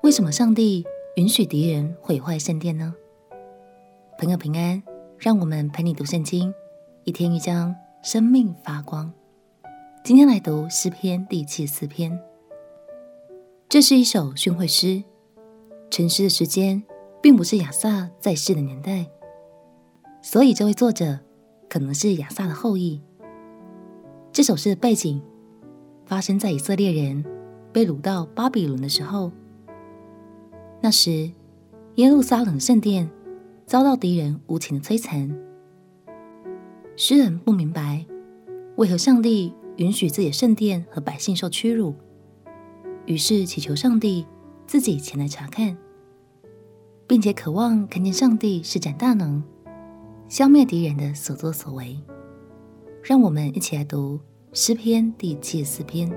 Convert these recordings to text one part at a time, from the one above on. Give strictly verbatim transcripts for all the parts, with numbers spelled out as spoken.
为什么上帝允许敌人毁坏圣殿呢？朋友平安，让我们陪你读圣经，一天一章，生命发光。今天来读诗篇第七十四篇。这是一首训诲诗，成诗的时间并不是亚萨在世的年代，所以这位作者可能是亚萨的后裔。这首诗的背景发生在以色列人被掳到巴比伦的时候。那时耶路撒冷圣殿遭到敌人无情的摧残，诗人不明白为何上帝允许自己的圣殿和百姓受屈辱，于是祈求上帝自己前来查看，并且渴望看见上帝施展大能，消灭敌人的所作所为。让我们一起来读诗篇第七十四篇。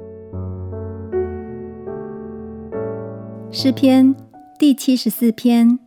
诗篇第七十四篇。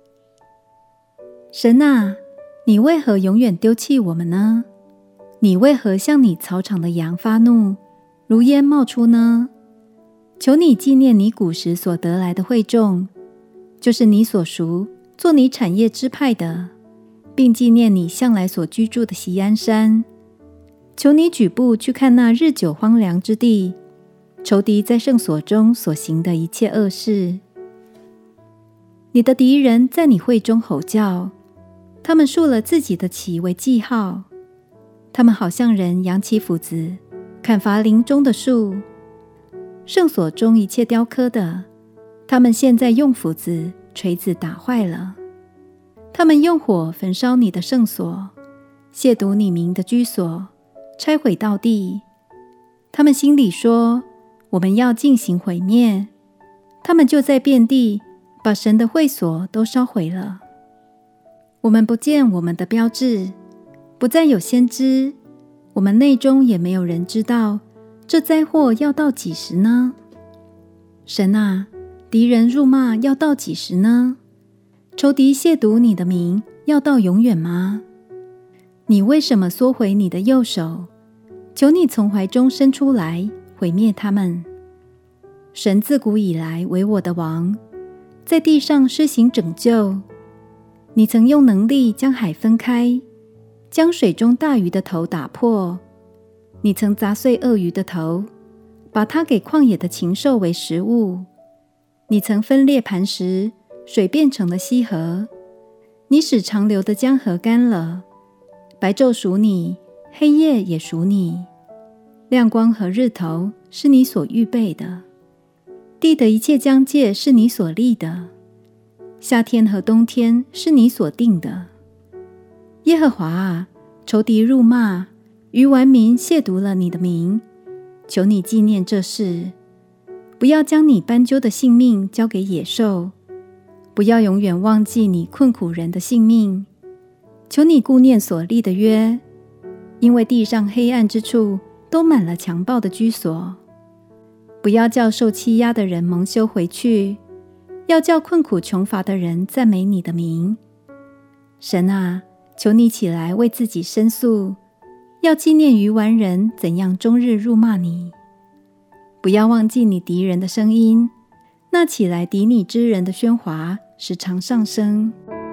神啊，你为何永远丢弃我们呢？你为何向你草场的羊发怒，如烟冒出呢？求你纪念你古时所得来的会众，就是你所赎做你产业支派的，并纪念你向来所居住的锡安山。求你举步去看那日久荒凉之地，仇敌在圣所中所行的一切恶事。你的敌人在你会中吼叫，他们竖了自己的旗为记号，他们好像人扬起斧子砍伐林中的树。圣所中一切雕刻的，他们现在用斧子锤子打坏了。他们用火焚烧你的圣所，亵渎你名的居所，拆毁到地。他们心里说，我们要进行毁灭，他们就在遍地把神的会所都烧毁了。我们不见我们的标志，不再有先知，我们内中也没有人知道这灾祸要到几时呢？神啊，敌人辱骂要到几时呢？仇敌亵渎你的名要到永远吗？你为什么缩回你的右手？求你从怀中伸出来，毁灭他们。神自古以来为我的王，在地上施行拯救。你曾用能力将海分开，将水中大鱼的头打破。你曾砸碎鳄鱼的头，把它给旷野的禽兽为食物。你曾分裂磐石，水变成了溪河。你使长流的江河干了。白昼属你，黑夜也属你。亮光和日头是你所预备的，地的一切疆界是你所立的，夏天和冬天是你所定的。耶和华啊，仇敌辱骂，愚顽民亵渎了你的名，求你纪念这事，不要将你斑鸠的性命交给野兽，不要永远忘记你困苦人的性命。求你顾念所立的约，因为地上黑暗之处都满了强暴的居所。不要叫受欺压的人蒙羞回去，要叫困苦穷乏的人赞美你的名。神啊，求你起来为自己申诉，要纪念愚顽人怎样终日辱骂你。不要忘记你敌人的声音，那起来敌你之人的喧哗时常上升。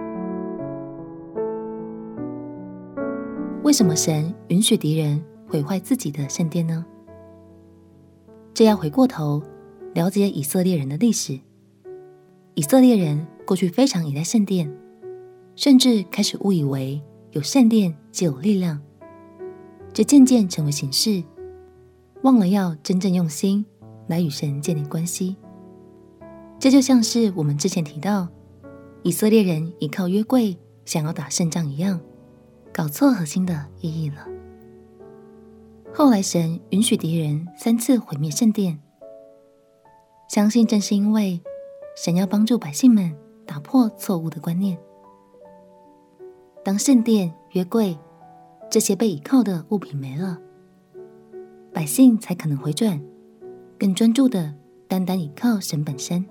为什么神允许敌人毁坏自己的圣殿呢？这要回过头了解以色列人的历史。以色列人过去非常依赖圣殿，甚至开始误以为有圣殿就有力量，这渐渐成为形式，忘了要真正用心来与神建立关系。这就像是我们之前提到，以色列人依靠约柜想要打胜仗一样，搞错核心的意义了。后来神允许敌人三次毁灭圣殿，相信正是因为神要帮助百姓们打破错误的观念。当圣殿、约柜这些被倚靠的物品没了，百姓才可能回转，更专注的单单倚靠神本身。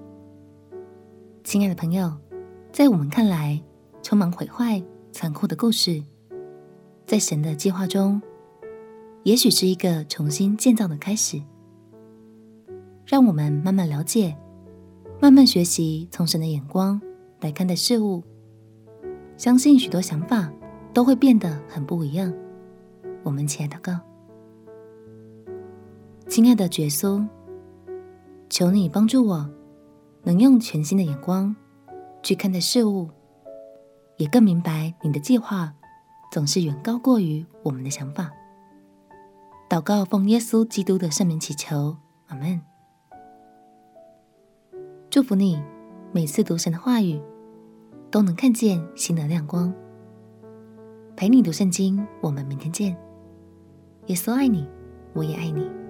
亲爱的朋友，在我们看来充满毁坏残酷的故事，在神的计划中，也许是一个重新建造的开始。让我们慢慢了解慢慢学习从神的眼光来看待事物，相信许多想法都会变得很不一样。我们一起来祷告。亲爱的主耶稣，求你帮助我能用全新的眼光去看待事物，也更明白你的计划总是远高过于我们的想法。祷告奉耶稣基督的圣名祈求，阿们。祝福你每次读神的话语都能看见新的亮光。陪你读圣经，我们明天见。耶稣爱你，我也爱你。